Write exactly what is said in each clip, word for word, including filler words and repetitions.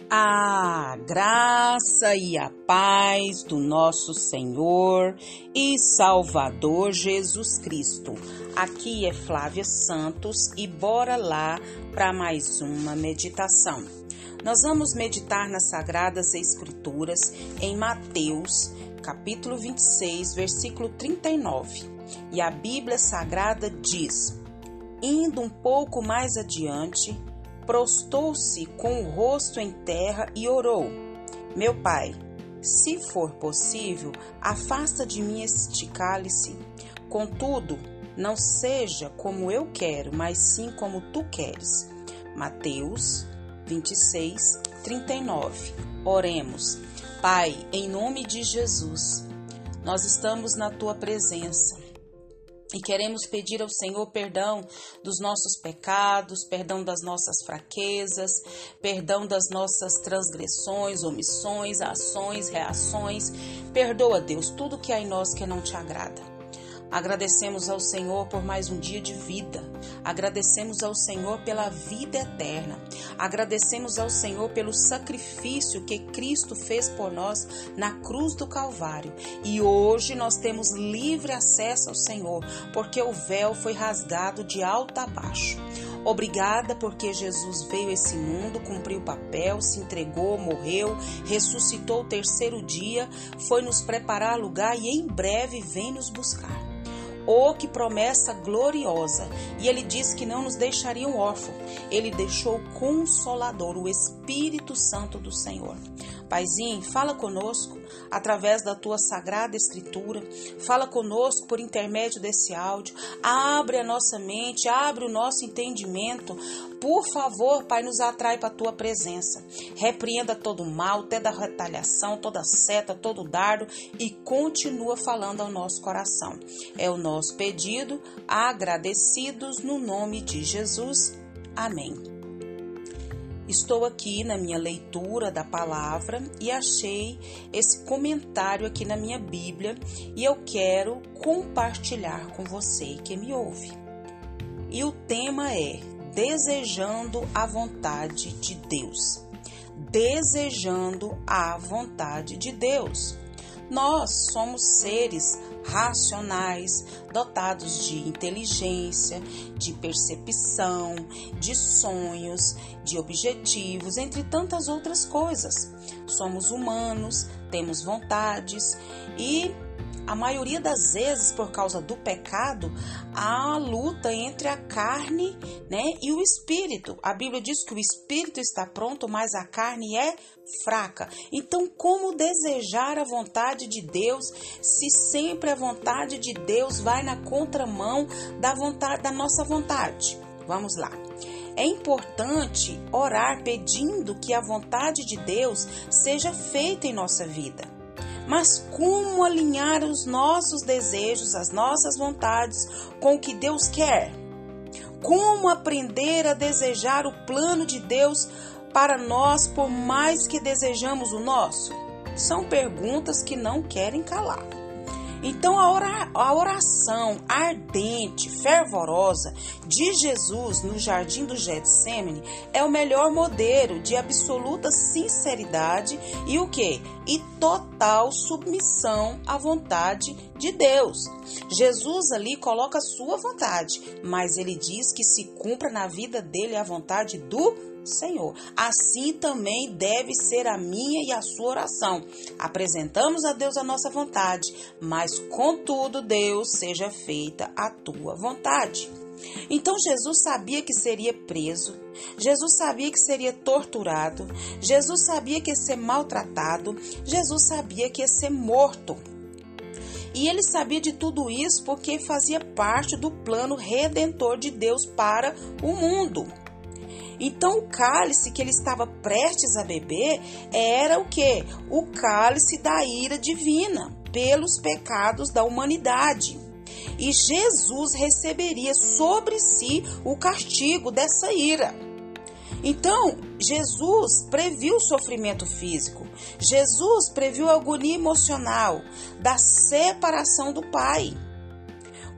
A graça e a paz do nosso Senhor e Salvador Jesus Cristo. Aqui é Flávia Santos e bora lá para mais uma meditação. Nós vamos meditar nas Sagradas Escrituras em Mateus, capítulo vinte e seis, versículo trinta e nove. E a Bíblia Sagrada diz: indo um pouco mais adiante, prostou-se com o rosto em terra e orou: meu pai, se for possível, afasta de mim este cálice. Contudo, não seja como eu quero, mas sim como tu queres. Mateus vinte e seis, trinta e nove. Oremos. Pai, em nome de Jesus, nós estamos na tua presença. E queremos pedir ao Senhor perdão dos nossos pecados, perdão das nossas fraquezas, perdão das nossas transgressões, omissões, ações, reações. Perdoa, Deus, tudo que há em nós que não te agrada. Agradecemos ao Senhor por mais um dia de vida. Agradecemos ao Senhor pela vida eterna. Agradecemos ao Senhor pelo sacrifício que Cristo fez por nós na cruz do Calvário. E hoje nós temos livre acesso ao Senhor, porque o véu foi rasgado de alto a baixo. Obrigada porque Jesus veio a esse mundo, cumpriu o papel, se entregou, morreu, ressuscitou o terceiro dia, foi nos preparar lugar e em breve vem nos buscar. Oh, que promessa gloriosa! E Ele disse que não nos deixaria um órfão. Ele deixou o Consolador, o Espírito Santo do Senhor. Paizinho, fala conosco através da Tua Sagrada Escritura. Fala conosco por intermédio desse áudio. Abre a nossa mente, abre o nosso entendimento. Por favor, Pai, nos atrai para a Tua presença. Repreenda todo o mal, toda retaliação, toda seta, todo dardo e continua falando ao nosso coração. É o nosso pedido, agradecidos no nome de Jesus. Amém. Estou aqui na minha leitura da palavra e achei esse comentário aqui na minha Bíblia e eu quero compartilhar com você que me ouve. E o tema é Desejando a Vontade de Deus. Desejando a vontade de Deus. Nós somos seres racionais, dotados de inteligência, de percepção, de sonhos, de objetivos, entre tantas outras coisas. Somos humanos, temos vontades e a maioria das vezes, por causa do pecado, há a luta entre a carne, né, e o espírito. A Bíblia diz que o espírito está pronto, mas a carne é fraca. Então, como desejar a vontade de Deus se sempre a vontade de Deus vai na contramão da vontade, da nossa vontade? Vamos lá. É importante orar pedindo que a vontade de Deus seja feita em nossa vida. Mas como alinhar os nossos desejos, as nossas vontades com o que Deus quer? Como aprender a desejar o plano de Deus para nós, por mais que desejamos o nosso? São perguntas que não querem calar. Então a oração ardente, fervorosa de Jesus no jardim do Getsemane é o melhor modelo de absoluta sinceridade e o quê? E total submissão à vontade de Deus. Jesus ali coloca a sua vontade, mas ele diz que se cumpra na vida dele a vontade do Senhor. Assim também deve ser a minha e a sua oração. Apresentamos a Deus a nossa vontade, mas contudo, Deus, seja feita a tua vontade. Então Jesus sabia que seria preso, Jesus sabia que seria torturado, Jesus sabia que ia ser maltratado, Jesus sabia que ia ser morto. E ele sabia de tudo isso porque fazia parte do plano redentor de Deus para o mundo. Então o cálice que ele estava prestes a beber era o quê? O cálice da ira divina pelos pecados da humanidade. E Jesus receberia sobre si o castigo dessa ira. Então, Jesus previu o sofrimento físico. Jesus previu a agonia emocional da separação do Pai.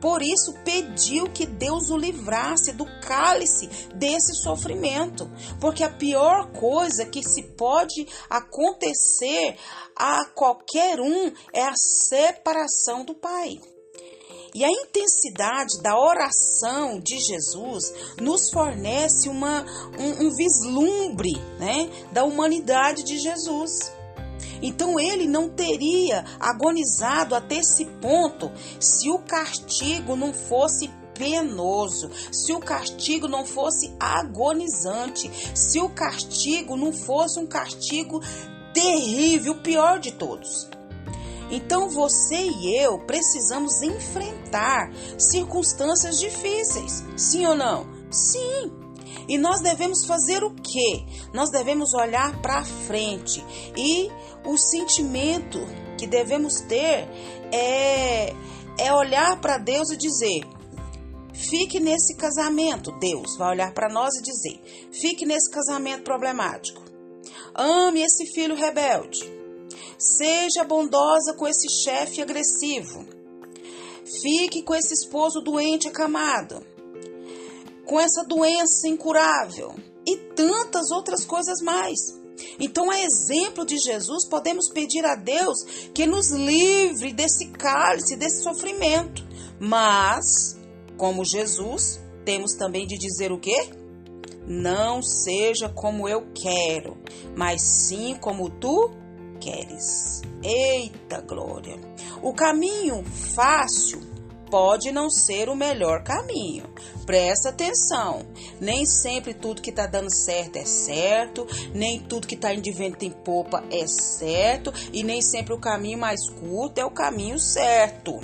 Por isso pediu que Deus o livrasse do cálice desse sofrimento, porque a pior coisa que se pode acontecer a qualquer um é a separação do Pai. E a intensidade da oração de Jesus nos fornece uma, um, um vislumbre, né, da humanidade de Jesus. Então ele não teria agonizado até esse ponto se o castigo não fosse penoso, se o castigo não fosse agonizante, se o castigo não fosse um castigo terrível, o pior de todos. Então você e eu precisamos enfrentar circunstâncias difíceis, sim ou não? Sim. E nós devemos fazer o quê? Nós devemos olhar para frente. E o sentimento que devemos ter é, é olhar para Deus e dizer: fique nesse casamento. Deus vai olhar para nós e dizer: fique nesse casamento problemático. Ame esse filho rebelde. Seja bondosa com esse chefe agressivo. Fique com esse esposo doente acamado, com essa doença incurável e tantas outras coisas mais. Então, a exemplo de Jesus, podemos pedir a Deus que nos livre desse cálice, desse sofrimento. Mas, como Jesus, temos também de dizer o quê? Não seja como eu quero, mas sim como tu queres. Eita glória! O caminho fácil pode não ser o melhor caminho. Presta atenção, nem sempre tudo que está dando certo é certo, nem tudo que está indo de vento em popa é certo, e nem sempre o caminho mais curto é o caminho certo.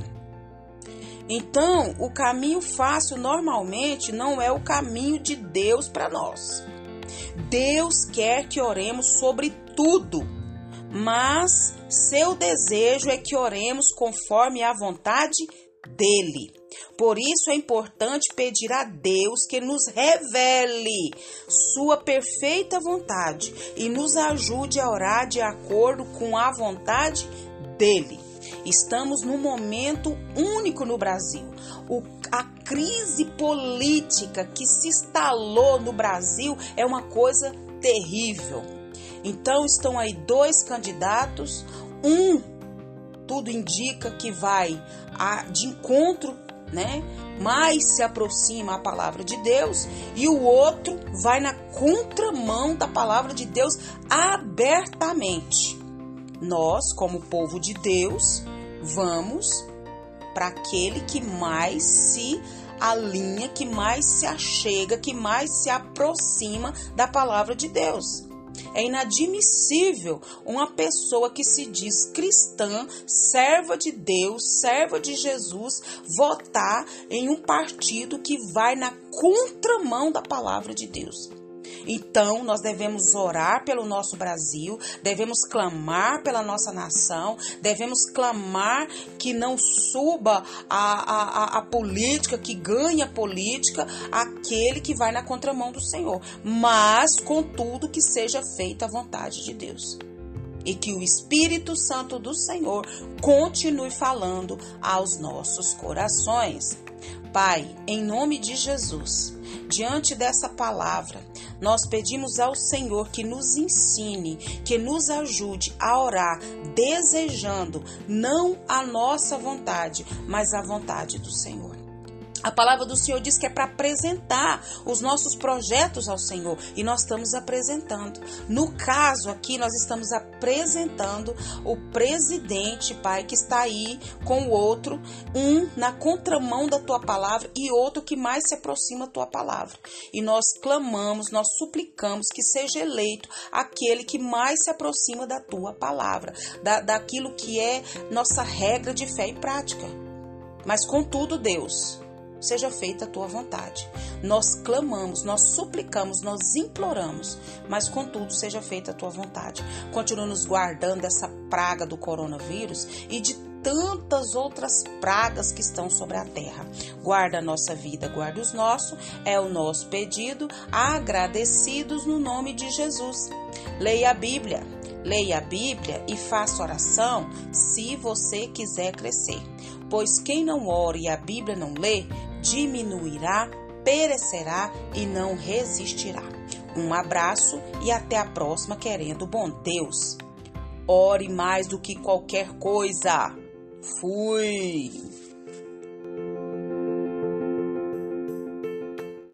Então, o caminho fácil normalmente não é o caminho de Deus para nós. Deus quer que oremos sobre tudo, mas seu desejo é que oremos conforme a vontade dele. Por isso é importante pedir a Deus que nos revele sua perfeita vontade e nos ajude a orar de acordo com a vontade dele. Estamos num momento único no Brasil. O, a crise política que se instalou no Brasil é uma coisa terrível. Então estão aí dois candidatos, um tudo indica que vai a, de encontro, né? Mais se aproxima a palavra de Deus, e o outro vai na contramão da palavra de Deus abertamente. Nós, como povo de Deus, vamos para aquele que mais se alinha, que mais se achega, que mais se aproxima da palavra de Deus. É inadmissível uma pessoa que se diz cristã, serva de Deus, serva de Jesus, votar em um partido que vai na contramão da palavra de Deus. Então, nós devemos orar pelo nosso Brasil, devemos clamar pela nossa nação, devemos clamar que não suba a, a, a política, que ganhe a política, aquele que vai na contramão do Senhor. Mas, contudo, que seja feita a vontade de Deus. E que o Espírito Santo do Senhor continue falando aos nossos corações. Pai, em nome de Jesus, diante dessa palavra, nós pedimos ao Senhor que nos ensine, que nos ajude a orar, desejando não a nossa vontade, mas a vontade do Senhor. A palavra do Senhor diz que é para apresentar os nossos projetos ao Senhor, e nós estamos apresentando. No caso aqui, nós estamos apresentando o presidente, Pai, que está aí com o outro, um na contramão da Tua palavra e outro que mais se aproxima da Tua palavra. E nós clamamos, nós suplicamos que seja eleito aquele que mais se aproxima da Tua palavra, da, daquilo que é nossa regra de fé e prática. Mas contudo, Deus, seja feita a Tua vontade. Nós clamamos, nós suplicamos, nós imploramos, mas contudo seja feita a Tua vontade. Continua nos guardando dessa praga do coronavírus e de tantas outras pragas que estão sobre a terra. Guarda a nossa vida, guarda os nossos, é o nosso pedido, agradecidos no nome de Jesus. Leia a Bíblia. Leia a Bíblia e faça oração se você quiser crescer. pois quem não ora e a Bíblia não lê, diminuirá, perecerá e não resistirá. Um abraço e até a próxima, querendo o bom Deus. Ore mais do que qualquer coisa. Fui!